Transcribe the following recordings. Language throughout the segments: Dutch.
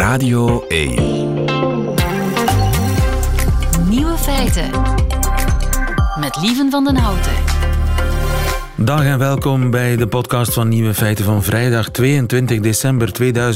Radio 1. Nieuwe feiten. Met Lieven van den Houten. Dag en welkom bij de podcast van Nieuwe Feiten van vrijdag 22 december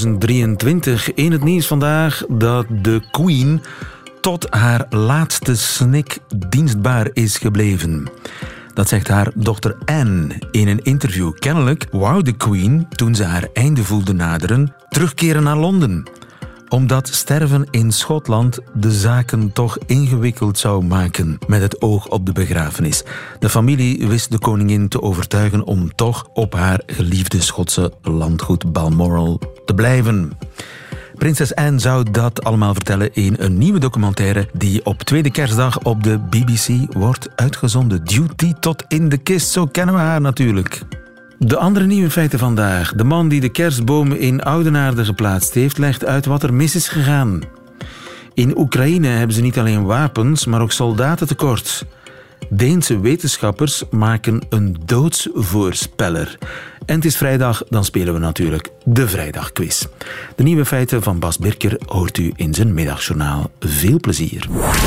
2023. In het nieuws vandaag dat de Queen tot haar laatste snik dienstbaar is gebleven. Dat zegt haar dochter Anne in een interview. Kennelijk wou de Queen, toen ze haar einde voelde naderen, terugkeren naar Londen. Omdat sterven in Schotland de zaken toch ingewikkeld zou maken met het oog op de begrafenis. De familie wist de koningin te overtuigen om toch op haar geliefde Schotse landgoed Balmoral te blijven. Prinses Anne zou dat allemaal vertellen in een nieuwe documentaire die op tweede kerstdag op de BBC wordt uitgezonden. Duty tot in de kist, zo kennen we haar natuurlijk. De andere nieuwe feiten vandaag. De man die de kerstbomen in Oudenaarde geplaatst heeft, legt uit wat er mis is gegaan. In Oekraïne hebben ze niet alleen wapens, maar ook soldaten tekort. Deense wetenschappers maken een doodsvoorspeller. En het is vrijdag, dan spelen we natuurlijk de Vrijdagquiz. De nieuwe feiten van Bas Birker hoort u in zijn middagjournaal. Veel plezier.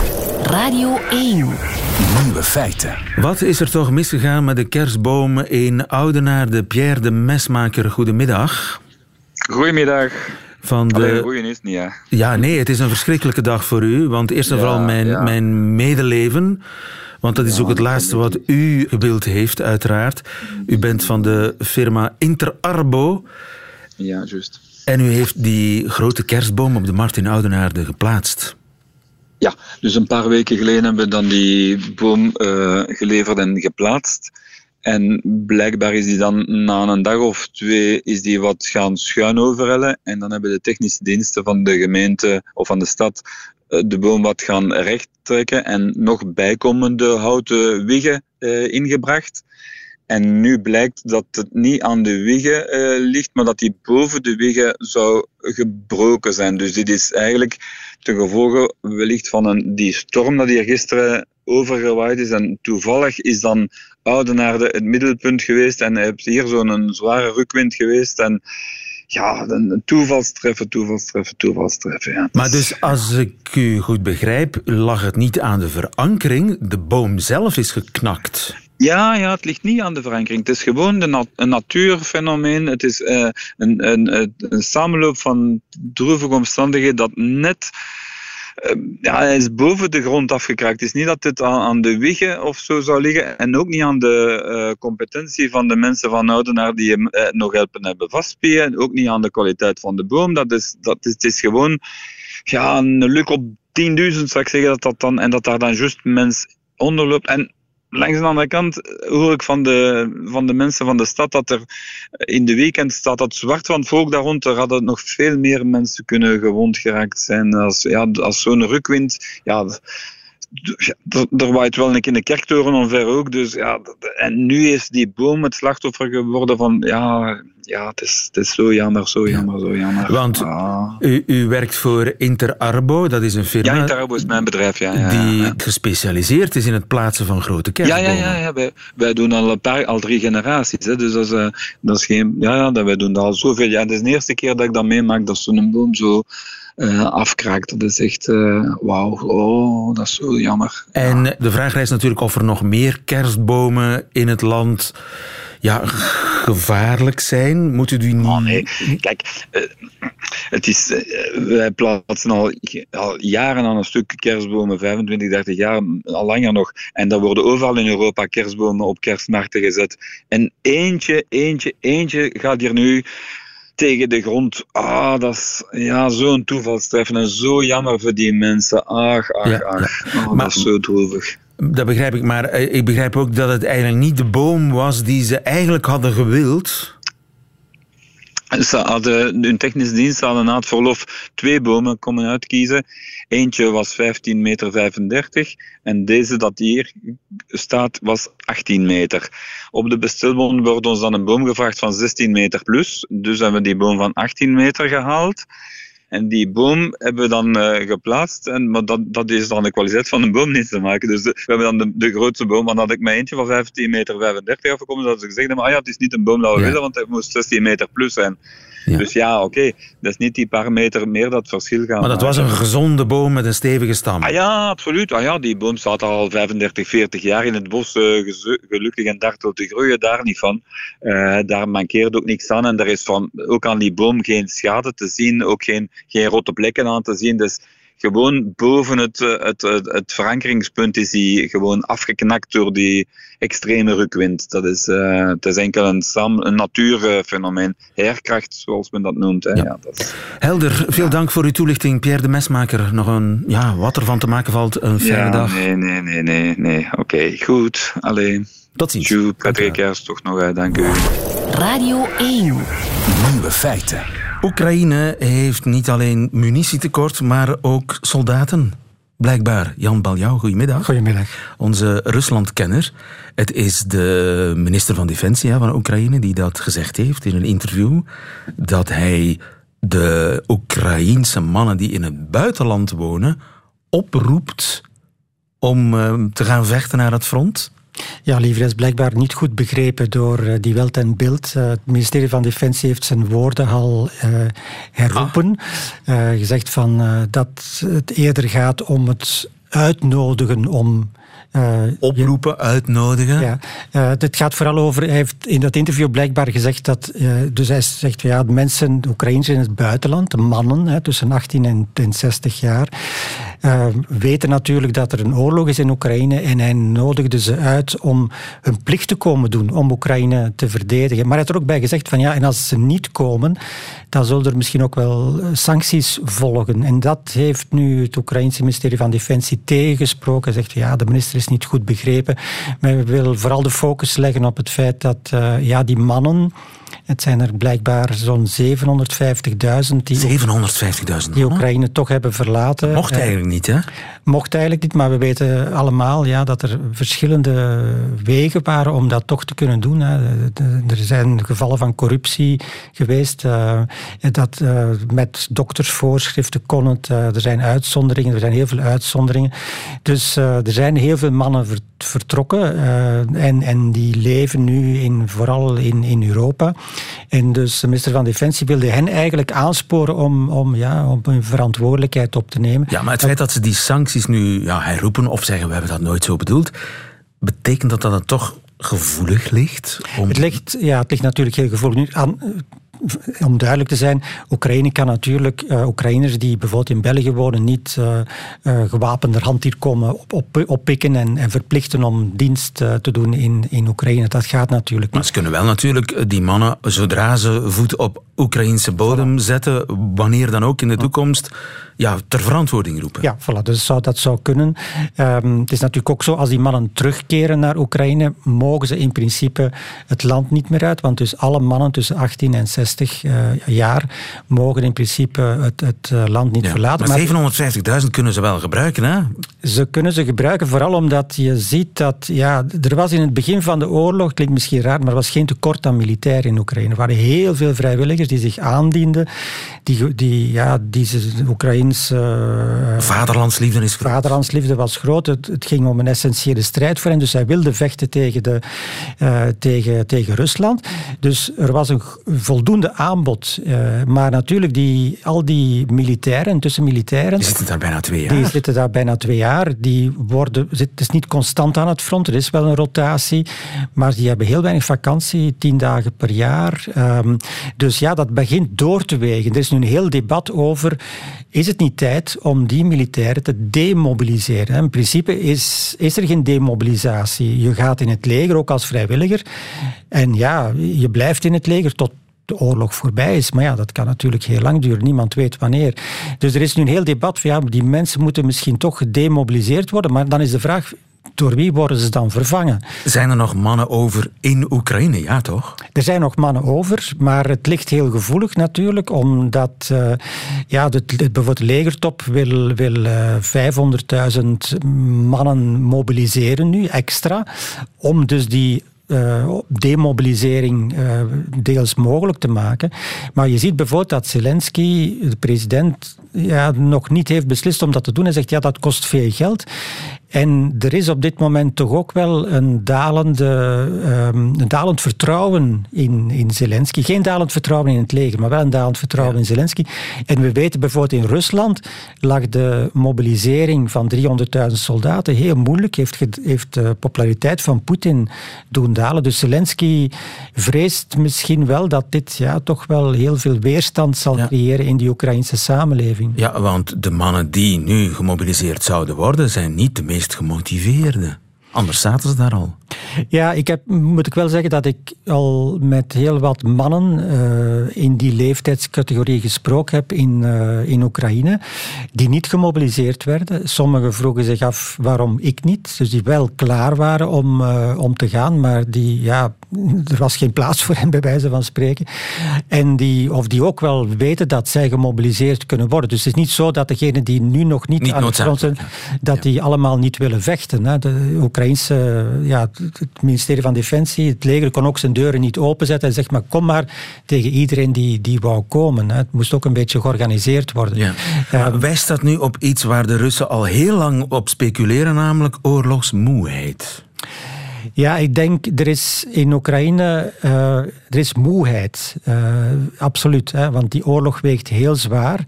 Radio 1. Nieuwe feiten. Wat is er toch misgegaan met de kerstbomen in Oudenaarde? Pierre de Mesmaker, goedemiddag. Goedemiddag. Alleen goeie is het niet, hè? Ja, nee, het is een verschrikkelijke dag voor u. Want eerst en vooral mijn medeleven. Want dat is ook het laatste wat u gewild heeft, uiteraard. U bent van de firma Inter Arbo. Ja, juist. En u heeft die grote kerstboom op de markt in Oudenaarde geplaatst. Ja, dus een paar weken geleden hebben we dan die boom geleverd en geplaatst. En blijkbaar is die dan na een dag of twee is die wat gaan schuin overhellen. En dan hebben de technische diensten van de gemeente of van de stad de boom wat gaan recht trekken en nog bijkomende houten wiggen ingebracht. En nu blijkt dat het niet aan de wiggen ligt, maar dat die boven de wiggen zou gebroken zijn. Dus dit is eigenlijk ten gevolge wellicht van die storm dat hier gisteren overgewaaid is. En toevallig is dan Oudenaarde het middelpunt geweest en je hebt hier zo'n zware rukwind geweest. En ja, een toevalstreffer. Ja. Maar dus als ik u goed begrijp, lag het niet aan de verankering. De boom zelf is geknakt. Ja, het ligt niet aan de verankering. Het is gewoon een natuurfenomeen. Het is een samenloop van droevige omstandigheden dat net... hij is boven de grond afgekraakt. Het is niet dat het aan de wiggen of zo zou liggen en ook niet aan de competentie van de mensen van Oudenaarde die hem nog helpen hebben vastspieren. Ook niet aan de kwaliteit van de boom. Het is gewoon een luk op 10.000, zou ik zeggen, dat daar dan juist mens onder loopt. En langs de andere kant hoor ik van de mensen van de stad dat er in de weekend staat dat zwart van het volk daar rond. Er hadden nog veel meer mensen kunnen gewond geraakt zijn. Als zo'n rukwind... Er waait wel een keer in de kerktoren omver ook. Dus en nu is die boom het slachtoffer geworden van... het is zo jammer. Want u werkt voor Inter Arbo, dat is een firma... Ja, Inter Arbo is mijn bedrijf, die gespecialiseerd is in het plaatsen van grote kerstbomen. Ja. Wij doen al 3 generaties. Hè, dus dat is geen... wij doen dat al zoveel jaar. Het is de eerste keer dat ik dat meemaak, dat zo'n boom zo... afkraakt. Dat is echt wauw, dat is zo jammer. En de vraag rijst natuurlijk of er nog meer kerstbomen in het land gevaarlijk zijn. Moet u die niet... nee. Kijk, het is... wij plaatsen al jaren aan een stuk kerstbomen, 25, 30 jaar, al langer nog. En daar worden overal in Europa kerstbomen op kerstmarkten gezet. En eentje gaat hier nu tegen de grond. Dat is zo'n toevalstreffer en zo jammer voor die mensen. Dat is zo droevig. Dat begrijp ik, maar ik begrijp ook dat het eigenlijk niet de boom was die ze eigenlijk hadden gewild. Hun technische dienst hadden na het verlof 2 bomen komen uitkiezen. Eentje was 15,35 meter en deze dat hier staat was 18 meter. Op de bestelbon wordt ons dan een boom gevraagd van 16 meter plus. Dus hebben we die boom van 18 meter gehaald. En die boom hebben we dan geplaatst. Maar dat is dan de kwaliteit van de boom niet te maken. Dus we hebben dan de grootste boom. Maar dan had ik mijn eentje van 15,35 meter afgekomen. Dat ze gezegd hebben, het is niet een boom dat we willen, want het moest 16 meter plus zijn. Ja. Dus oké, dat is niet die paar meter meer dat verschil gaat. Maar dat was een gezonde boom met een stevige stam. Ja, absoluut. Die boom staat al 35, 40 jaar in het bos, gelukkig en dartelt te groeien, daar niet van. Daar mankeert ook niks aan en er is ook aan die boom geen schade te zien, ook geen rotte plekken aan te zien. Dus gewoon boven het verankringspunt is die gewoon afgeknakt door die extreme rukwind. Het is enkel een natuurfenomeen. Heerkracht, zoals men dat noemt. Ja. Helder, veel dank voor uw toelichting. Pierre de Mesmaker, nog wat er van te maken valt, een fijne dag. Nee. Oké, goed. Allee. Tot ziens. Tjoe, prettige kerst toch nog. Dank u. Radio 1. Nieuwe feiten. Oekraïne heeft niet alleen munitietekort, maar ook soldaten. Blijkbaar. Jan Baljouw, goedemiddag. Goedemiddag. Onze Ruslandkenner. Het is de minister van Defensie van Oekraïne die dat gezegd heeft in een interview. Dat hij de Oekraïense mannen die in het buitenland wonen oproept om te gaan vechten naar het front. Ja, liever, is blijkbaar niet goed begrepen door Die Welt en Bild. Het ministerie van Defensie heeft zijn woorden al herroepen. Gezegd dat het eerder gaat om het uitnodigen om... Oproepen, uitnodigen. Ja, het gaat vooral over... Hij heeft in dat interview blijkbaar gezegd dat... dus hij zegt, de mensen, de Oekraïners in het buitenland, de mannen tussen 18 en 60 jaar... weten natuurlijk dat er een oorlog is in Oekraïne en hij nodigde ze uit om hun plicht te komen doen om Oekraïne te verdedigen. Maar hij heeft er ook bij gezegd en als ze niet komen, dan zullen er misschien ook wel sancties volgen. En dat heeft nu het Oekraïense ministerie van Defensie tegengesproken. Hij zegt, de minister is niet goed begrepen. Maar we willen vooral de focus leggen op het feit dat die mannen... Het zijn er blijkbaar zo'n 750.000 die Oekraïne toch hebben verlaten. Dat mocht eigenlijk niet, hè? Mocht eigenlijk niet, maar we weten allemaal dat er verschillende wegen waren om dat toch te kunnen doen. Er zijn gevallen van corruptie geweest. Met doktersvoorschriften kon het. Er zijn uitzonderingen, er zijn heel veel uitzonderingen. Dus er zijn heel veel mannen vertrokken en die leven nu vooral in Europa. En dus de minister van Defensie wilde hen eigenlijk aansporen om hun verantwoordelijkheid op te nemen. Ja, maar het feit dat ze die sancties nu herroepen of zeggen we hebben dat nooit zo bedoeld, betekent dat het toch gevoelig ligt? Het ligt natuurlijk heel gevoelig. Nu, om duidelijk te zijn, Oekraïne kan natuurlijk Oekraïners die bijvoorbeeld in België wonen niet gewapenderhand hier komen oppikken en verplichten om dienst te doen in Oekraïne. Dat gaat natuurlijk niet. Maar ze kunnen wel natuurlijk die mannen, zodra ze voet op Oekraïnse bodem zetten, wanneer dan ook in de toekomst, ter verantwoording roepen. Ja, voilà, dus dat zou kunnen. Het is natuurlijk ook zo, als die mannen terugkeren naar Oekraïne, mogen ze in principe het land niet meer uit, want dus alle mannen tussen 18 en 60 jaar mogen in principe het land niet verlaten. Maar 750.000 kunnen ze wel gebruiken, hè? Ze kunnen ze gebruiken, vooral omdat je ziet dat... er was in het begin van de oorlog, klinkt misschien raar, maar er was geen tekort aan militairen in Oekraïne. Er waren heel veel vrijwilligers die zich aandienden, die Oekraïense... Vaderlandsliefde is groot. Vaderlandsliefde was groot. Het ging om een essentiële strijd voor hen, dus hij wilde vechten tegen Rusland. Dus er was een voldoende aanbod. Maar natuurlijk, al die militairen, tussenmilitairen... Die zitten daar bijna 2 jaar. Die zitten daar bijna 2 jaar. Het is niet constant aan het front. Er is wel een rotatie. Maar die hebben heel weinig vakantie, 10 dagen per jaar. Dus dat begint door te wegen. Er is nu een heel debat over... Is het niet tijd om die militairen te demobiliseren? In principe is er geen demobilisatie. Je gaat in het leger, ook als vrijwilliger. En je blijft in het leger tot de oorlog voorbij is. Maar dat kan natuurlijk heel lang duren. Niemand weet wanneer. Dus er is nu een heel debat van die mensen moeten misschien toch gedemobiliseerd worden. Maar dan is de vraag... Door wie worden ze dan vervangen? Zijn er nog mannen over in Oekraïne? Ja, toch? Er zijn nog mannen over, maar het ligt heel gevoelig natuurlijk, omdat bijvoorbeeld de legertop wil 500.000 mannen mobiliseren nu, extra, om dus die demobilisering deels mogelijk te maken. Maar je ziet bijvoorbeeld dat Zelensky, de president, nog niet heeft beslist om dat te doen. Hij zegt, dat kost veel geld. En er is op dit moment toch ook wel een dalend vertrouwen in Zelensky. Geen dalend vertrouwen in het leger, maar wel een dalend vertrouwen in Zelensky. En we weten bijvoorbeeld in Rusland lag de mobilisering van 300.000 soldaten heel moeilijk. Heeft de populariteit van Poetin doen dalen. Dus Zelensky vreest misschien wel dat dit toch wel heel veel weerstand zal creëren in die Oekraïnse samenleving. Ja, want de mannen die nu gemobiliseerd zouden worden, zijn niet de meest gemotiveerde. Anders zaten ze daar al. Ja, moet ik wel zeggen dat ik al met heel wat mannen in die leeftijdscategorie gesproken heb in Oekraïne, die niet gemobiliseerd werden. Sommigen vroegen zich af waarom ik niet. Dus die wel klaar waren om te gaan, maar er was geen plaats voor hen, bij wijze van spreken. En die ook wel weten dat zij gemobiliseerd kunnen worden. Dus het is niet zo dat degenen die nu nog niet aan het front zijn, dat die allemaal niet willen vechten. Hè. De Oekraïnse, het ministerie van Defensie, het leger kon ook zijn deuren niet openzetten en zegt maar kom maar tegen iedereen die wou komen. Hè. Het moest ook een beetje georganiseerd worden. Ja. Wijst dat nu op iets waar de Russen al heel lang op speculeren, namelijk oorlogsmoeheid? Ja, ik denk, er is in Oekraïne er is moeheid. Absoluut, hè, want die oorlog weegt heel zwaar.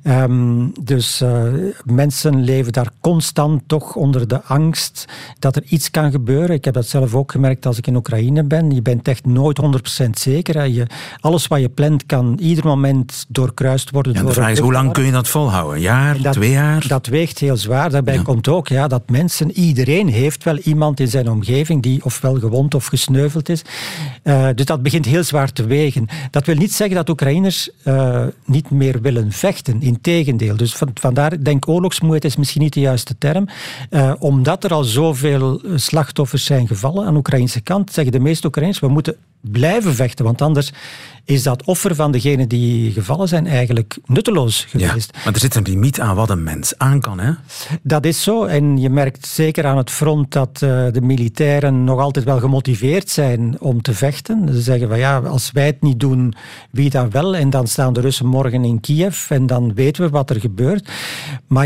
Dus mensen leven daar constant toch onder de angst dat er iets kan gebeuren. Ik heb dat zelf ook gemerkt als ik in Oekraïne ben. Je bent echt nooit 100% zeker. Hè. Alles wat je plant kan ieder moment doorkruist worden. Ja, de vraag is, hoe lang kun je dat volhouden? Een jaar, 2 jaar? Dat weegt heel zwaar. Daarbij komt ook dat iedereen heeft wel iemand in zijn omgeving die ofwel gewond of gesneuveld is. Dus dat begint heel zwaar te wegen. Dat wil niet zeggen dat Oekraïners niet meer willen vechten. Integendeel. Dus vandaar, denk oorlogsmoeheid is misschien niet de juiste term. Omdat er al zoveel slachtoffers zijn gevallen aan de Oekraïnse kant, zeggen de meeste Oekraïners, we moeten blijven vechten, want anders is dat offer van degenen die gevallen zijn eigenlijk nutteloos geweest. Ja, maar er zit een limiet aan wat een mens aan kan, hè? Dat is zo. En je merkt zeker aan het front dat de militairen nog altijd wel gemotiveerd zijn om te vechten. Ze zeggen van als wij het niet doen, wie dan wel? En dan staan de Russen morgen in Kiev en dan weten we wat er gebeurt. Maar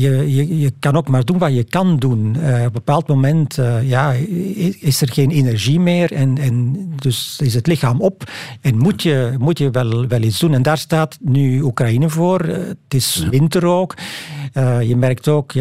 je kan ook maar doen wat je kan doen. Op een bepaald moment is er geen energie meer en dus is het lichaam op en moet je wel iets doen. En daar staat nu Oekraïne voor. Het is winter ook. Je merkt ook,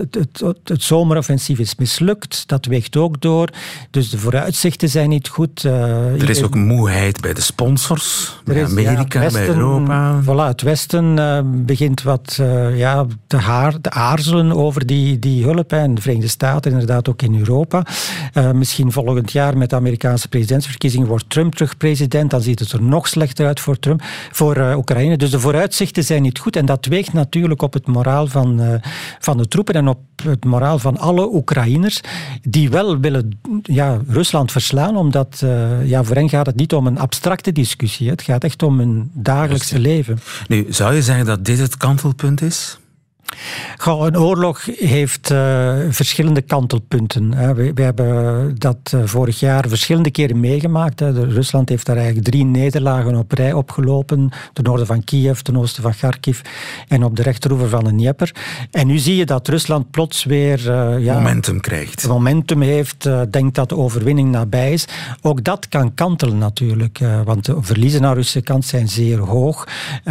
het zomeroffensief is mislukt. Dat weegt ook door. Dus de vooruitzichten zijn niet goed. Er is ook moeheid bij de sponsors, bij Amerika, bij Europa. Voilà, het Westen begint wat te aarzelen over die hulp. En de Verenigde Staten, inderdaad ook in Europa. Misschien volgend jaar met de Amerikaanse presidentsverkiezingen wordt Trump terug president. Dan ziet het er nog slechter uit voor Oekraïne. Dus de vooruitzichten zijn niet goed. En dat weegt natuurlijk op het moraal van de troepen en op het moraal van alle Oekraïners die wel willen Rusland verslaan, omdat voor hen gaat het niet om een abstracte discussie. Het gaat echt om hun dagelijkse leven. Nu, zou je zeggen dat dit het kantelpunt is? Een oorlog heeft verschillende kantelpunten. We hebben dat vorig jaar verschillende keren meegemaakt. Rusland heeft daar eigenlijk 3 nederlagen op rij opgelopen. Ten noorden van Kiev, ten oosten van Kharkiv en op de rechteroever van de Dnieper. En nu zie je dat Rusland plots weer momentum krijgt. Momentum heeft, denkt dat de overwinning nabij is. Ook dat kan kantelen natuurlijk, want de verliezen aan de Russische kant zijn zeer hoog.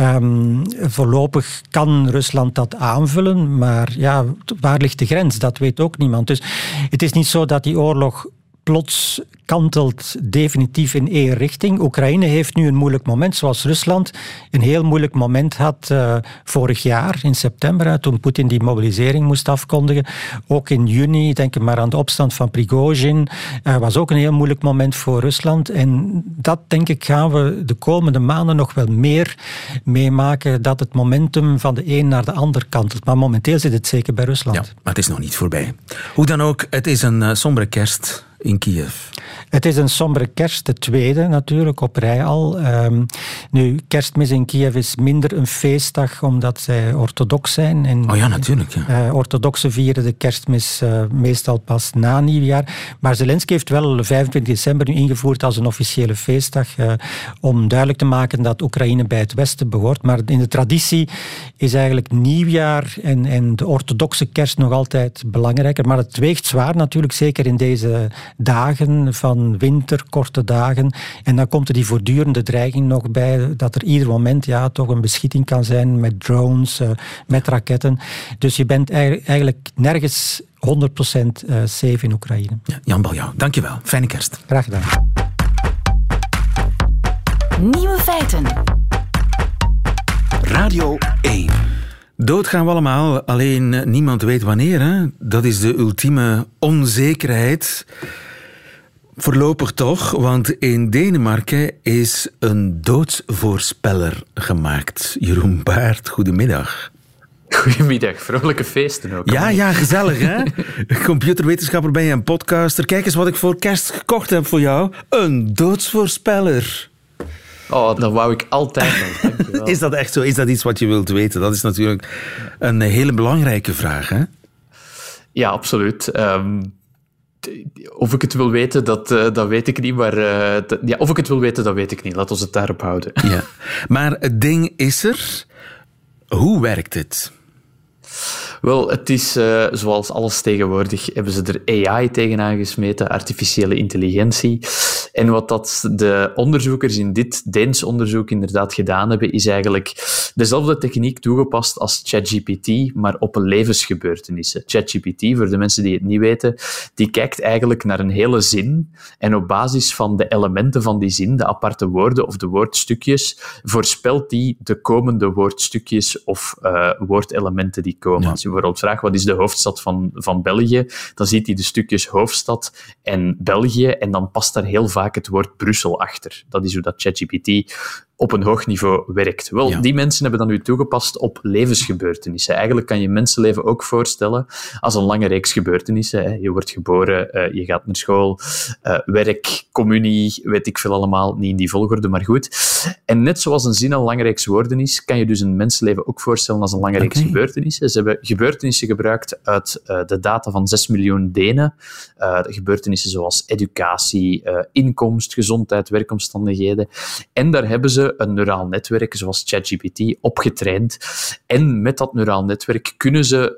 Voorlopig kan Rusland dat aanvullen. Maar waar ligt de grens? Dat weet ook niemand. Dus het is niet zo dat die oorlog plots kantelt definitief in één richting. Oekraïne heeft nu een moeilijk moment, zoals Rusland een heel moeilijk moment had vorig jaar in september, toen Poetin die mobilisering moest afkondigen. Ook in juni, denk ik maar aan de opstand van Prigozhin, was ook een heel moeilijk moment voor Rusland. En dat, denk ik, gaan we de komende maanden nog wel meer meemaken, dat het momentum van de een naar de ander kantelt. Maar momenteel zit het zeker bij Rusland. Ja, maar het is nog niet voorbij. Hoe dan ook, het is een sombere kerst in Kiev? Het is een sombere kerst, de tweede natuurlijk, op rij al. Nu, kerstmis in Kiev is minder een feestdag, omdat zij orthodox zijn. En, natuurlijk. Ja. Orthodoxen vieren de kerstmis meestal pas na nieuwjaar. Maar Zelensky heeft wel 25 december nu ingevoerd als een officiële feestdag, om duidelijk te maken dat Oekraïne bij het Westen behoort. Maar in de traditie is eigenlijk nieuwjaar en de orthodoxe kerst nog altijd belangrijker. Maar het weegt zwaar natuurlijk, zeker in deze dagen van winter, korte dagen. En dan komt er die voortdurende dreiging nog bij dat er ieder moment toch een beschieting kan zijn met drones, met raketten. Dus je bent eigenlijk nergens 100% safe in Oekraïne. Ja, Jan Baljouw, dankjewel. Fijne kerst. Graag gedaan. Nieuwe feiten. Radio 1. Dood gaan we allemaal, alleen niemand weet wanneer. Hè? Dat is de ultieme onzekerheid. Voorlopig toch, want in Denemarken is een doodsvoorspeller gemaakt. Jeroen Baert, goedemiddag. Goedemiddag, vrolijke feesten ook. Ja, gezellig hè? Computerwetenschapper ben je en podcaster. Kijk eens wat ik voor kerst gekocht heb voor jou. Een doodsvoorspeller. Oh, dat wou ik altijd nog. Dankjewel. Is dat echt zo? Is dat iets wat je wilt weten? Dat is natuurlijk een hele belangrijke vraag, hè? Ja, absoluut. Of ik het wil weten, dat weet ik niet. Maar of ik het wil weten, dat weet ik niet. Laten we het daarop houden. Ja. Maar het ding is er. Hoe werkt het? Wel, het is zoals alles tegenwoordig, hebben ze er AI tegenaan gesmeten, artificiële intelligentie. En wat dat de onderzoekers in dit Deens onderzoek inderdaad gedaan hebben, is eigenlijk dezelfde techniek toegepast als ChatGPT, maar op levensgebeurtenissen. ChatGPT, voor de mensen die het niet weten, die kijkt eigenlijk naar een hele zin en op basis van de elementen van die zin, de aparte woorden of de woordstukjes, voorspelt die de komende woordstukjes of woordelementen die komen. Als je bijvoorbeeld vraagt, wat is de hoofdstad van België? Dan ziet hij de stukjes hoofdstad en België en dan past daar heel vaak het woord Brussel achter. Dat is hoe dat ChatGPT op een hoog niveau werkt. Wel, die mensen hebben dan nu toegepast op levensgebeurtenissen. Eigenlijk kan je mensenleven ook voorstellen als een lange reeks gebeurtenissen. Hè. Je wordt geboren, je gaat naar school, werk, communie, weet ik veel allemaal, niet in die volgorde, maar goed. En net zoals een zin een lange reeks woorden is, kan je dus een mensenleven ook voorstellen als een lange reeks gebeurtenissen. Ze hebben gebeurtenissen gebruikt uit de data van 6 miljoen Denen. Gebeurtenissen zoals educatie, inkomst, gezondheid, werkomstandigheden. En daar hebben ze een neuraal netwerk, zoals ChatGPT, opgetraind. En met dat neuraal netwerk kunnen ze...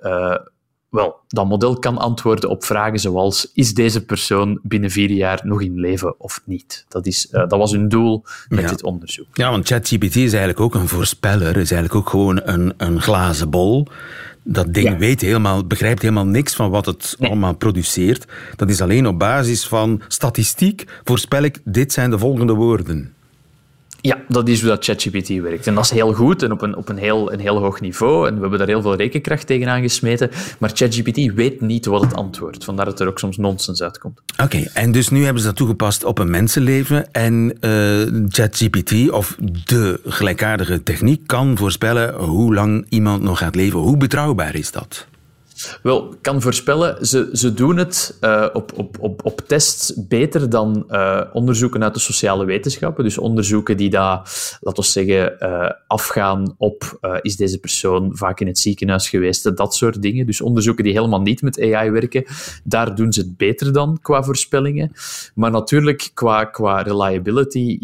dat model kan antwoorden op vragen zoals: is deze persoon binnen 4 jaar nog in leven of niet? Dat was hun doel met dit onderzoek. Ja, want ChatGPT is eigenlijk ook een voorspeller, is eigenlijk ook gewoon een glazen bol. Dat ding begrijpt helemaal niks van wat het allemaal produceert. Dat is alleen op basis van statistiek voorspel ik, dit zijn de volgende woorden. Ja, dat is hoe dat ChatGPT werkt. En dat is heel goed en op een heel hoog niveau. En we hebben daar heel veel rekenkracht tegenaan gesmeten. Maar ChatGPT weet niet wat het antwoordt. Vandaar dat er ook soms nonsens uitkomt. Oké, en dus nu hebben ze dat toegepast op een mensenleven. En ChatGPT, of de gelijkaardige techniek, kan voorspellen hoe lang iemand nog gaat leven. Hoe betrouwbaar is dat? Wel, kan voorspellen, ze doen het op tests beter dan onderzoeken uit de sociale wetenschappen. Dus onderzoeken die laten we zeggen, afgaan op is deze persoon vaak in het ziekenhuis geweest, dat soort dingen. Dus onderzoeken die helemaal niet met AI werken, daar doen ze het beter dan qua voorspellingen. Maar natuurlijk, qua reliability,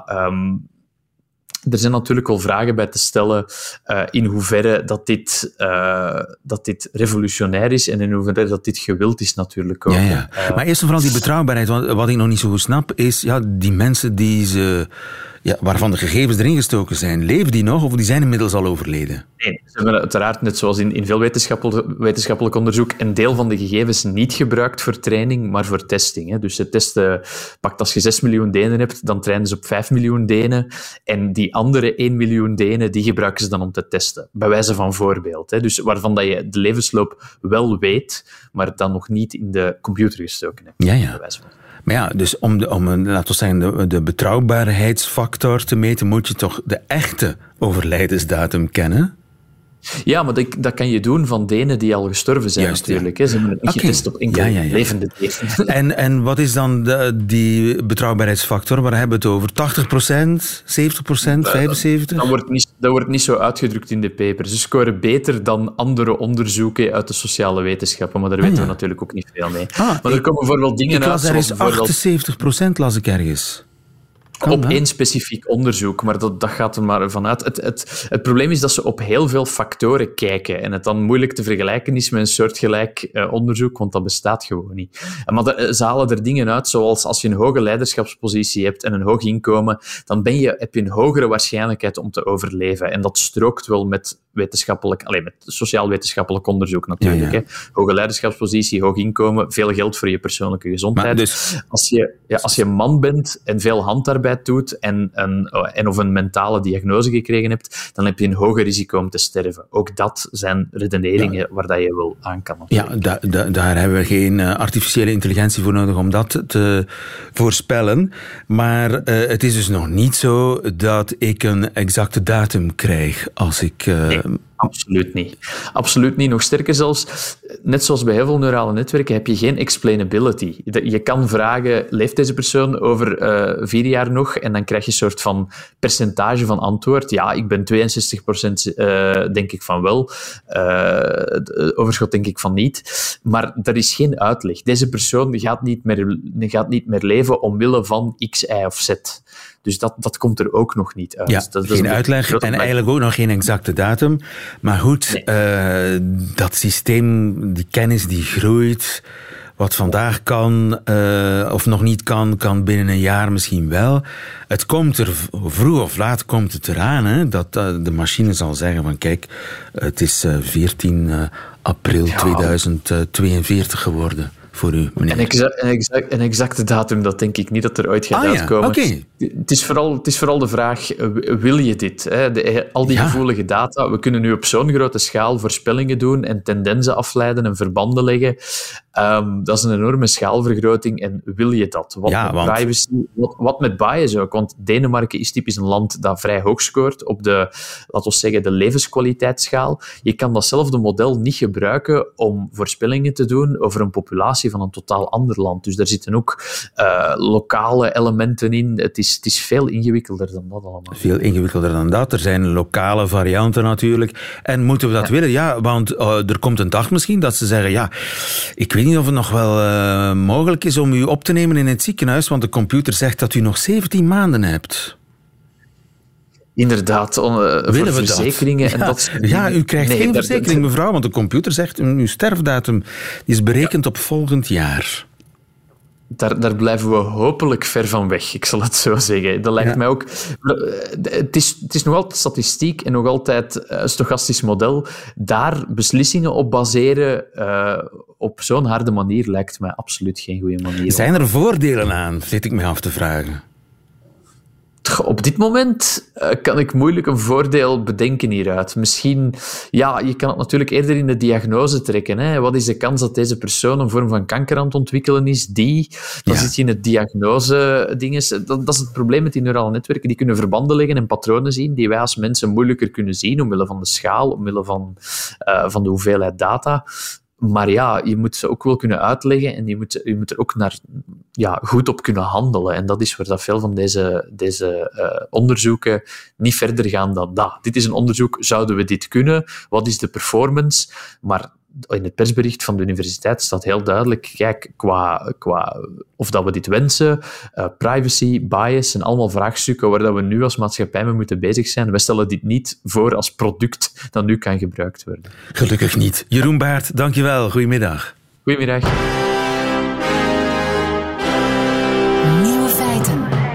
er zijn natuurlijk wel vragen bij te stellen in hoeverre dat dit revolutionair is en in hoeverre dat dit gewild is natuurlijk ook. Ja. Maar eerst en vooral die betrouwbaarheid. Want wat ik nog niet zo goed snap is, die mensen waarvan de gegevens erin gestoken zijn, leven die nog of die zijn inmiddels al overleden? Nee, ze hebben uiteraard, net zoals in veel wetenschappelijk onderzoek, een deel van de gegevens niet gebruikt voor training, maar voor testing. Hè. Dus ze testen, als je 6 miljoen Denen hebt, dan trainen ze op 5 miljoen Denen. En die andere 1 miljoen Denen, die gebruiken ze dan om te testen. Bij wijze van voorbeeld. Hè. Dus waarvan dat je de levensloop wel weet, maar dan nog niet in de computer gestoken hebt. Ja. Bij wijze van. Maar ja, dus om laten we zeggen, de betrouwbaarheidsfactor te meten, moet je toch de echte overlijdensdatum kennen? Ja, maar dat kan je doen van denen die al gestorven zijn. Juist, natuurlijk. Ja. Ze hebben het niet getest op enkele levende dieren. En wat is dan die betrouwbaarheidsfactor? Waar hebben we het over? 80%, 70%, 75%? Dat wordt niet zo uitgedrukt in de paper. Ze scoren beter dan andere onderzoeken uit de sociale wetenschappen, maar daar weten we natuurlijk ook niet veel mee. Maar er komen bijvoorbeeld dingen uit... Er is 78%, las ik ergens. Op één specifiek onderzoek, maar dat gaat er maar vanuit. Het probleem is dat ze op heel veel factoren kijken en het dan moeilijk te vergelijken is met een soortgelijk onderzoek, want dat bestaat gewoon niet. Maar ze halen er dingen uit, zoals als je een hoge leiderschapspositie hebt en een hoog inkomen, dan heb je een hogere waarschijnlijkheid om te overleven. En dat strookt wel met met sociaal-wetenschappelijk onderzoek natuurlijk. Ja. Hè. Hoge leiderschapspositie, hoog inkomen, veel geld voor je persoonlijke gezondheid. Dus... Als je man bent en veel handarbeid doet en of een mentale diagnose gekregen hebt, dan heb je een hoger risico om te sterven. Ook dat zijn redeneringen waar dat je wel aan kan. Ja, daar hebben we geen artificiële intelligentie voor nodig om dat te voorspellen. Maar het is dus nog niet zo dat ik een exacte datum krijg als ik... Nee. Absoluut niet. Absoluut niet. Nog sterker zelfs, net zoals bij heel veel neurale netwerken, heb je geen explainability. Je kan vragen, leeft deze persoon over 4 jaar nog? En dan krijg je een soort van percentage van antwoord. Ja, ik ben 62% denk ik van wel. Overschot denk ik van niet. Maar er is geen uitleg. Deze persoon gaat niet meer leven omwille van X, Y of Z. Dus dat komt er ook nog niet uit. Ja, dat geen uitleg en eigenlijk ook nog geen exacte datum. Maar goed, dat systeem, die kennis die groeit, wat vandaag kan of nog niet kan binnen een jaar misschien wel. Het komt er, vroeg of laat komt het eraan, hè, dat de machine zal zeggen van kijk, het is 14 april 2042 geworden. Voor u, meneer. Een exacte datum, dat denk ik niet dat er ooit gaat uitkomen. Okay. Het is vooral de vraag, wil je dit? Hè? Al die gevoelige data, we kunnen nu op zo'n grote schaal voorspellingen doen en tendensen afleiden en verbanden leggen. Dat is een enorme schaalvergroting en wil je dat? Privacy, wat met bias ook, want Denemarken is typisch een land dat vrij hoog scoort op de levenskwaliteitsschaal. Je kan datzelfde model niet gebruiken om voorspellingen te doen over een populatie van een totaal ander land. Dus daar zitten ook lokale elementen in. Het is veel ingewikkelder dan dat allemaal. Veel ingewikkelder dan dat. Er zijn lokale varianten natuurlijk. En moeten we dat willen? Ja, want er komt een dag misschien dat ze zeggen, ik weet niet of het nog wel mogelijk is om u op te nemen in het ziekenhuis, want de computer zegt dat u nog 17 maanden hebt. Inderdaad, voor verzekeringen. U krijgt geen verzekering, mevrouw, want de computer zegt uw sterfdatum is berekend op volgend jaar. Daar blijven we hopelijk ver van weg, ik zal het zo zeggen. Dat lijkt mij ook... Het is nog altijd statistiek en nog altijd een stochastisch model. Daar beslissingen op baseren op zo'n harde manier lijkt mij absoluut geen goede manier. Zijn er voordelen aan, zit ik me af te vragen? Op dit moment kan ik moeilijk een voordeel bedenken hieruit. Misschien, je kan het natuurlijk eerder in de diagnose trekken. Hè. Wat is de kans dat deze persoon een vorm van kanker aan het ontwikkelen is? Dan zit je in het diagnose-dinges. Dat is het probleem met die neurale netwerken. Die kunnen verbanden leggen en patronen zien die wij als mensen moeilijker kunnen zien, omwille van de schaal, omwille van de hoeveelheid data. Maar je moet ze ook wel kunnen uitleggen en je moet er ook goed op kunnen handelen. En dat is waar dat veel van deze onderzoeken niet verder gaan dan dat. Dit is een onderzoek, zouden we dit kunnen? Wat is de performance? Maar in het persbericht van de universiteit staat heel duidelijk, kijk, qua of dat we dit wensen, privacy, bias, zijn allemaal vraagstukken waar dat we nu als maatschappij mee moeten bezig zijn. Wij stellen dit niet voor als product dat nu kan gebruikt worden. Gelukkig niet. Jeroen Baert, dankjewel. Goedemiddag. Goedemiddag. Nieuwe feiten.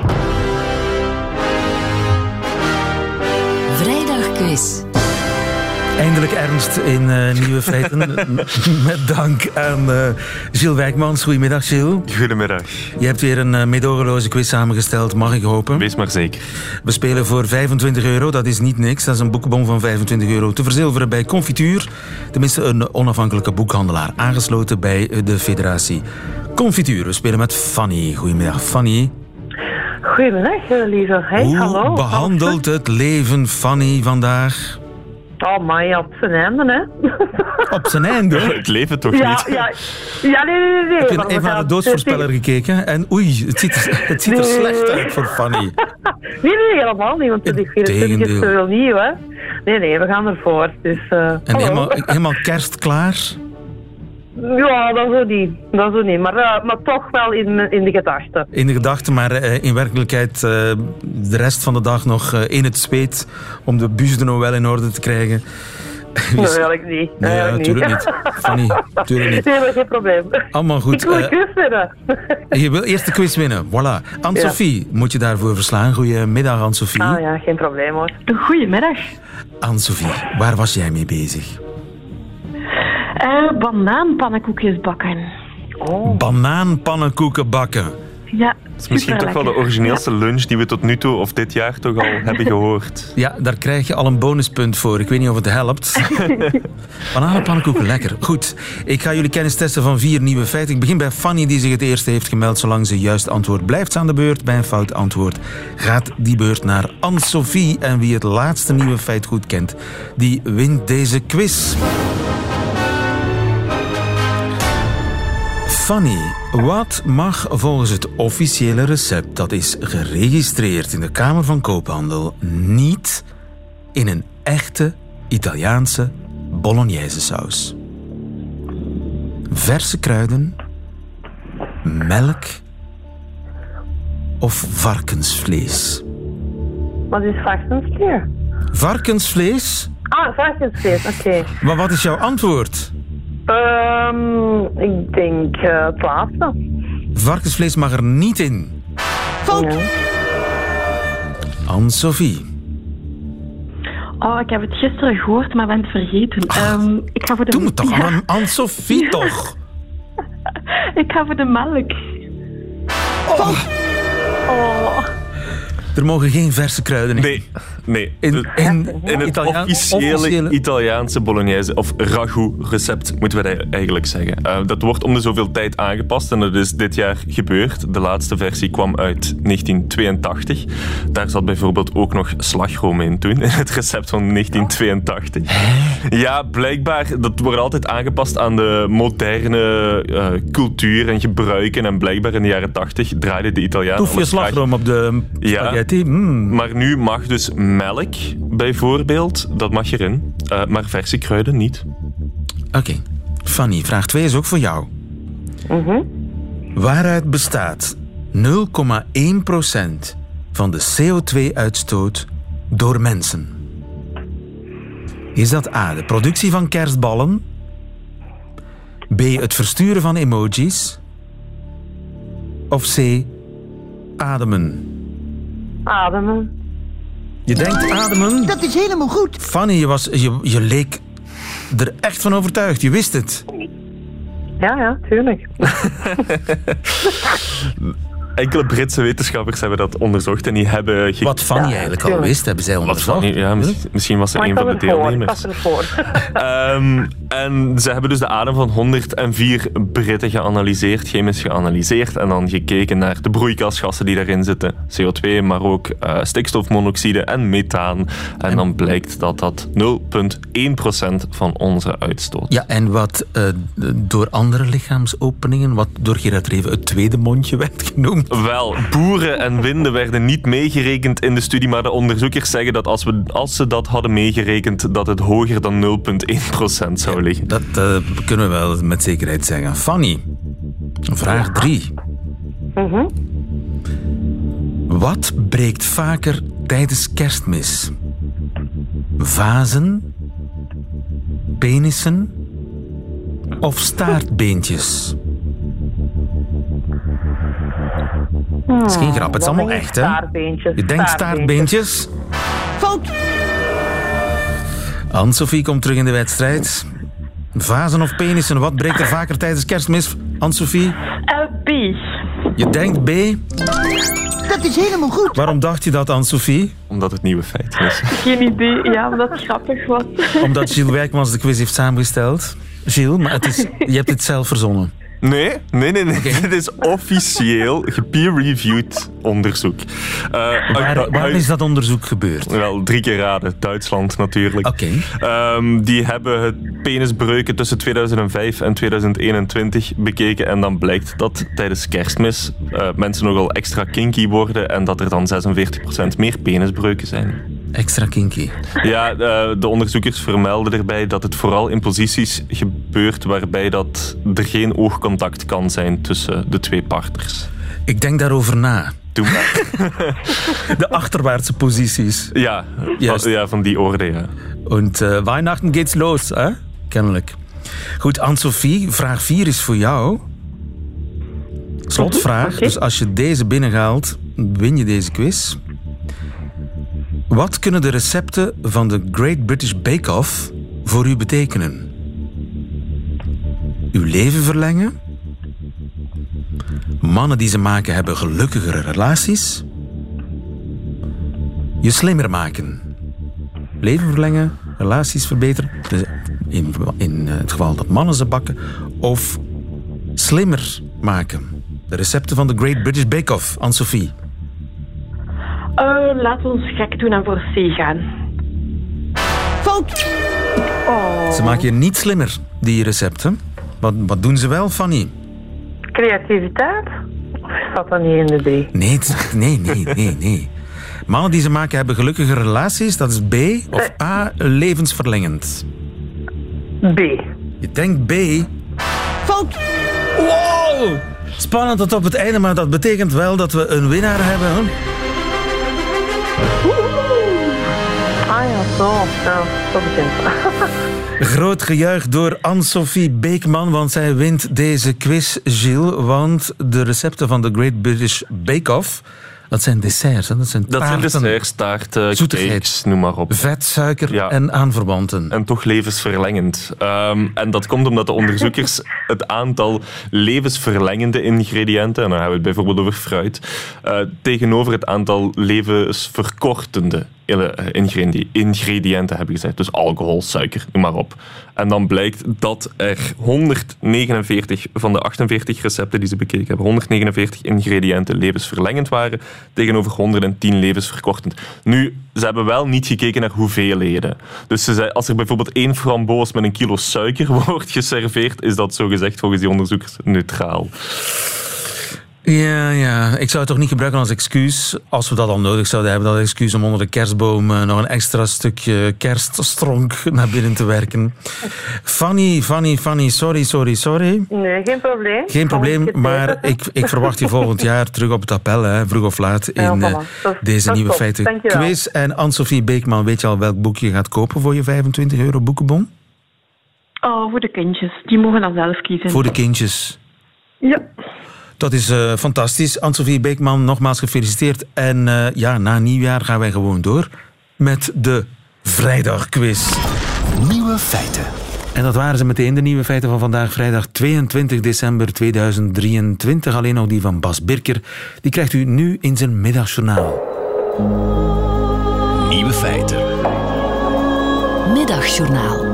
Vrijdagquiz. Eindelijk ernst in Nieuwe Feiten. Met dank aan Gilles Wijkmans. Goedemiddag, Gilles. Goedemiddag. Je hebt weer een meedogenloze quiz samengesteld, mag ik hopen? Wees maar zeker. We spelen voor €25. Dat is niet niks. Dat is een boekenbon van €25 te verzilveren bij Confituur. Tenminste, een onafhankelijke boekhandelaar. Aangesloten bij de federatie Confituur. We spelen met Fanny. Goedemiddag, Fanny. Goedemiddag, lieve. Hey, Hoe hallo. behandelt het leven Fanny vandaag? Oh, maar ja, op zijn einde, hè. Op zijn einde? Het leven toch Ja, niet? ja, nee. Ik heb even naar de doodsvoorspeller gekeken en oei, het ziet er slecht uit voor Fanny. Nee, helemaal niet, want de 24 is wel nieuw, hè. Nee, we gaan ervoor. Dus, en helemaal kerstklaar? Ja, dat zo niet. Maar toch wel in de gedachten. In de gedachten, maar in werkelijkheid de rest van de dag nog in het zweet om de bus de Noël in orde te krijgen. Nee, eigenlijk niet. Nee, natuurlijk niet. Fanny, natuurlijk niet. Nee, maar geen probleem. Allemaal goed. Ik wil een quiz winnen. Je wil eerst de quiz winnen, voilà. Anne-Sophie moet je daarvoor verslaan. Goedemiddag, Anne-Sophie. Ah ja, geen probleem hoor. Goedemiddag. Anne-Sophie, waar was jij mee bezig? Banaanpannenkoekjes bakken. Oh. Banaanpannenkoeken bakken. Ja, dat is misschien toch wel de origineelste lunch die we tot nu toe of dit jaar toch al hebben gehoord. Ja, daar krijg je al een bonuspunt voor. Ik weet niet of het helpt. Bananenpannenkoeken, lekker. Goed, ik ga jullie kennis testen van 4 nieuwe feiten. Ik begin bij Fanny, die zich het eerste heeft gemeld. Zolang ze juist antwoord blijft ze aan de beurt. Bij een fout antwoord gaat die beurt naar Anne-Sophie. En wie het laatste nieuwe feit goed kent, die wint deze quiz. Fanny, wat mag volgens het officiële recept dat is geregistreerd in de Kamer van Koophandel niet in een echte Italiaanse bolognese saus? Verse kruiden, melk of varkensvlees? Wat is varkensvlees? Varkensvlees? Ah, varkensvlees, oké. Maar wat is jouw antwoord? Ik denk het laatste. Varkensvlees mag er niet in. Fout. Ja. Anne-Sophie. Oh, ik heb het gisteren gehoord, maar ben het vergeten. Ik ga voor de... Doe me toch aan Anne-Sophie, toch? Ik ga voor de melk. Oh. Er mogen geen verse kruiden in. Nee. In het officiële Italiaanse bolognese of ragu recept moeten we dat eigenlijk zeggen. Dat wordt om de zoveel tijd aangepast en dat is dit jaar gebeurd. De laatste versie kwam uit 1982. Daar zat bijvoorbeeld ook nog slagroom in toen, in het recept van 1982. Ja, blijkbaar, dat wordt altijd aangepast aan de moderne cultuur en gebruiken. En blijkbaar in de jaren 80 draaide de Italianen... Toef je slagroom op de spaghetti? Maar nu mag dus melk, bijvoorbeeld, dat mag erin. Maar verse kruiden niet. Oké. Fanny, vraag 2 is ook voor jou. Waaruit bestaat 0,1% van de CO2-uitstoot door mensen? Is dat A, de productie van kerstballen? B, het versturen van emojis? Of C, ademen? Ademen. Je denkt ademen? Dat is helemaal goed. Fanny, je leek er echt van overtuigd. Je wist het. Ja, tuurlijk. Enkele Britse wetenschappers hebben dat onderzocht en die hebben... Wat Fanny eigenlijk al wist, hebben zij onderzocht. Misschien was ze een van de deelnemers. En ze hebben dus de adem van 104 Britten geanalyseerd, chemisch geanalyseerd, en dan gekeken naar de broeikasgassen die daarin zitten. CO2, maar ook stikstofmonoxide en methaan. En dan blijkt dat 0,1% van onze uitstoot. Ja, en wat door andere lichaamsopeningen, wat door Gerard Reven het tweede mondje werd genoemd? Wel, boeren en winden werden niet meegerekend in de studie, maar de onderzoekers zeggen dat als ze dat hadden meegerekend, dat het hoger dan 0,1% zou liggen. Dat kunnen we wel met zekerheid zeggen. Fanny, vraag 3. Wat breekt vaker tijdens Kerstmis? Vazen, penissen of staartbeentjes? Het is geen grap, het is allemaal echt, hè? Je denkt staartbeentjes? Fout! Anne-Sophie komt terug in de wedstrijd. Vazen of penissen, wat breekt er vaker tijdens Kerstmis? Anne-Sophie? B. Je denkt B? Dat is helemaal goed. Waarom dacht je dat, Anne-Sophie? Omdat het nieuwe feit is. Geen idee, ja, omdat het grappig was. Omdat Gilles Wijkmans de quiz heeft samengesteld. Gilles, maar je hebt het zelf verzonnen. Nee. Okay. Dit is officieel gepeer-reviewed onderzoek. Waar is dat onderzoek gebeurd? Wel, 3 keer raden. Duitsland natuurlijk. Oké. Die hebben het penisbreuken tussen 2005 en 2021 bekeken. En dan blijkt dat tijdens Kerstmis mensen nogal extra kinky worden en dat er dan 46% meer penisbreuken zijn. Extra kinky? Ja, de onderzoekers vermelden erbij dat het vooral in posities gebeurt waarbij dat er geen oogcontact kan zijn tussen de 2 partners. Ik denk daarover na. Doe maar. De achterwaartse posities. Ja, van die orde, ja. En Weihnachten geht's los, hè? Kennelijk. Goed, Anne-Sophie, vraag 4 is voor jou. Slotvraag, okay. Dus als je deze binnenhaalt, win je deze quiz. Wat kunnen de recepten van de Great British Bake Off voor u betekenen? Uw leven verlengen? Mannen die ze maken hebben gelukkigere relaties? Je slimmer maken? Leven verlengen, relaties verbeteren? In het geval dat mannen ze bakken. Of slimmer maken? De recepten van de Great British Bake Off, Anne-Sophie. Laten we ons gek doen en voor C gaan. Fout! Oh. Ze maken je niet slimmer, die recepten. Wat doen ze wel, Fanny? Creativiteit? Of staat dat niet in de 3? Nee. Mannen die ze maken hebben gelukkige relaties. Dat is B of A, levensverlengend? B. Je denkt B. Fout! Wow! Spannend tot op het einde, maar dat betekent wel dat we een winnaar hebben. Hè? Ah ja, zo bekend. Groot gejuich door Anne-Sophie Beekman, want zij wint deze quiz, Gilles. Want de recepten van de Great British Bake Off, dat zijn desserts. Hè? Dat zijn desserts, taarten, cakes, noem maar op. Vet, suiker en aanverwanten. En toch levensverlengend. En dat komt omdat de onderzoekers het aantal levensverlengende ingrediënten, en dan hebben we het bijvoorbeeld over fruit, tegenover het aantal levensverkortende ingrediënten hebben gezet. Dus alcohol, suiker, noem maar op. En dan blijkt dat er 149 van de 48 recepten die ze bekeken hebben, 149 ingrediënten levensverlengend waren, tegenover 110 levensverkortend. Nu, ze hebben wel niet gekeken naar hoeveelheden. Dus ze zei, als er bijvoorbeeld 1 framboos met 1 kilo suiker wordt geserveerd, is dat zogezegd volgens die onderzoekers neutraal. Ja. Ik zou het toch niet gebruiken als excuus, als we dat al nodig zouden hebben, dat excuus om onder de kerstboom nog een extra stukje kerststronk naar binnen te werken. Fanny, sorry. Nee, geen probleem. Geen probleem, maar ik verwacht je volgend jaar terug op het appel, hè, vroeg of laat, in deze nieuwe feiten quiz. En Anne-Sophie Beekman, weet je al welk boek je gaat kopen voor je €25 boekenbon? Oh, voor de kindjes. Die mogen dan zelf kiezen. Voor de kindjes? Ja. Dat is fantastisch. Anne-Sophie Beekman, nogmaals gefeliciteerd. En na nieuwjaar gaan wij gewoon door met de vrijdagquiz. Nieuwe feiten. En dat waren ze meteen, de nieuwe feiten van vandaag, vrijdag 22 december 2023. Alleen nog die van Bas Birker. Die krijgt u nu in zijn middagjournaal. Nieuwe feiten. Middagjournaal.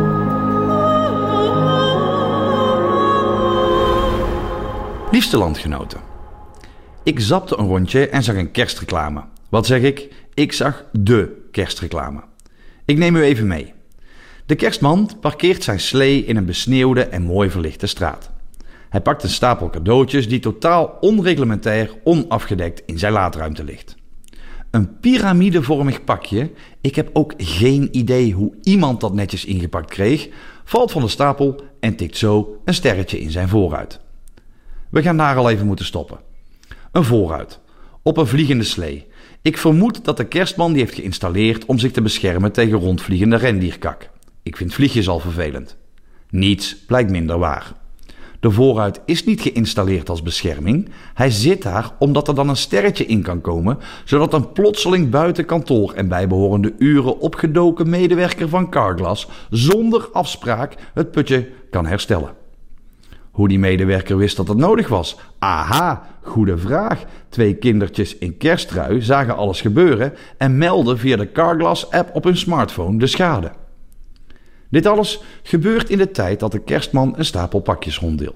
Liefste landgenoten. Ik zapte een rondje en zag een kerstreclame. Wat zeg ik? Ik zag de kerstreclame. Ik neem u even mee. De kerstman parkeert zijn slee in een besneeuwde en mooi verlichte straat. Hij pakt een stapel cadeautjes die totaal onreglementair onafgedekt in zijn laadruimte ligt. Een piramidevormig pakje, ik heb ook geen idee hoe iemand dat netjes ingepakt kreeg, valt van de stapel en tikt zo een sterretje in zijn voorruit. We gaan daar al even moeten stoppen. Een voorruit. Op een vliegende slee. Ik vermoed dat de kerstman die heeft geïnstalleerd om zich te beschermen tegen rondvliegende rendierkak. Ik vind vliegjes al vervelend. Niets blijkt minder waar. De voorruit is niet geïnstalleerd als bescherming. Hij zit daar omdat er dan een sterretje in kan komen, zodat een plotseling buiten kantoor en bijbehorende uren opgedoken medewerker van Carglass zonder afspraak het putje kan herstellen. Hoe die medewerker wist dat het nodig was? Aha, goede vraag. 2 kindertjes in kersttrui zagen alles gebeuren en meldden via de Carglass-app op hun smartphone de schade. Dit alles gebeurt in de tijd dat de kerstman een stapel pakjes ronddeelt.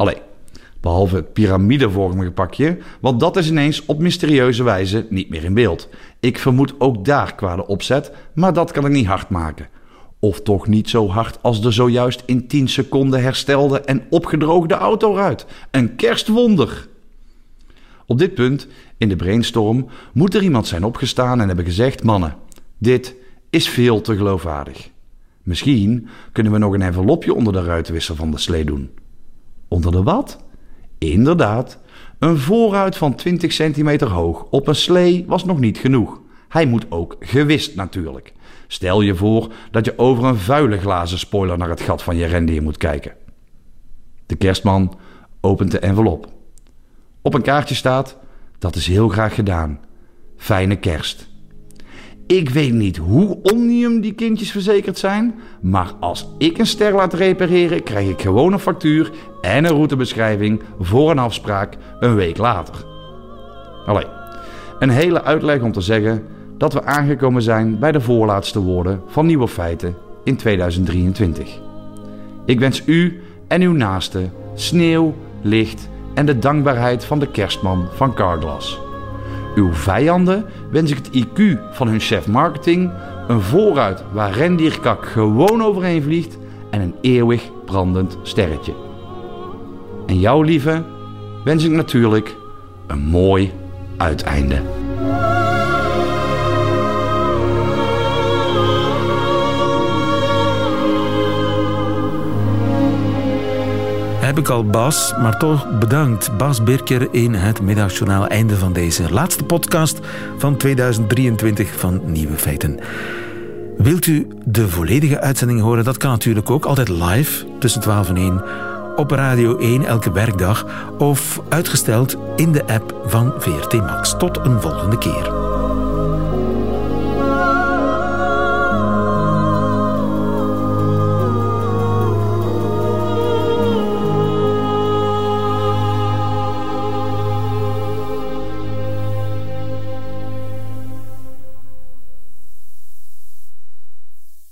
Allee, behalve het piramidevormige pakje, want dat is ineens op mysterieuze wijze niet meer in beeld. Ik vermoed ook daar kwade opzet, maar dat kan ik niet hard maken. Of toch niet zo hard als de zojuist in 10 seconden herstelde en opgedroogde autoruit. Een kerstwonder! Op dit punt, in de brainstorm, moet er iemand zijn opgestaan en hebben gezegd: mannen, dit is veel te geloofwaardig. Misschien kunnen we nog een envelopje onder de ruitenwisser van de slee doen. Onder de wat? Inderdaad, een voorruit van 20 centimeter hoog op een slee was nog niet genoeg. Hij moet ook gewist natuurlijk. Stel je voor dat je over een vuile glazen spoiler naar het gat van je rendier moet kijken. De kerstman opent de envelop. Op een kaartje staat: dat is heel graag gedaan. Fijne kerst. Ik weet niet hoe omnium die kindjes verzekerd zijn, maar als ik een ster laat repareren, krijg ik gewoon een factuur en een routebeschrijving voor een afspraak een week later. Allee, een hele uitleg om te zeggen dat we aangekomen zijn bij de voorlaatste woorden van Nieuwe Feiten in 2023. Ik wens u en uw naasten sneeuw, licht en de dankbaarheid van de kerstman van Carglass. Uw vijanden wens ik het IQ van hun chef marketing, een voorruit waar rendierkak gewoon overheen vliegt en een eeuwig brandend sterretje. En jou, lieve, wens ik natuurlijk een mooi uiteinde. Heb ik al Bas, maar toch bedankt. Bas Birker in het Middagjournaal. Einde van deze laatste podcast van 2023 van Nieuwe Feiten. Wilt u de volledige uitzending horen? Dat kan natuurlijk ook altijd live tussen 12 en 1 op Radio 1 elke werkdag of uitgesteld in de app van VRT Max. Tot een volgende keer.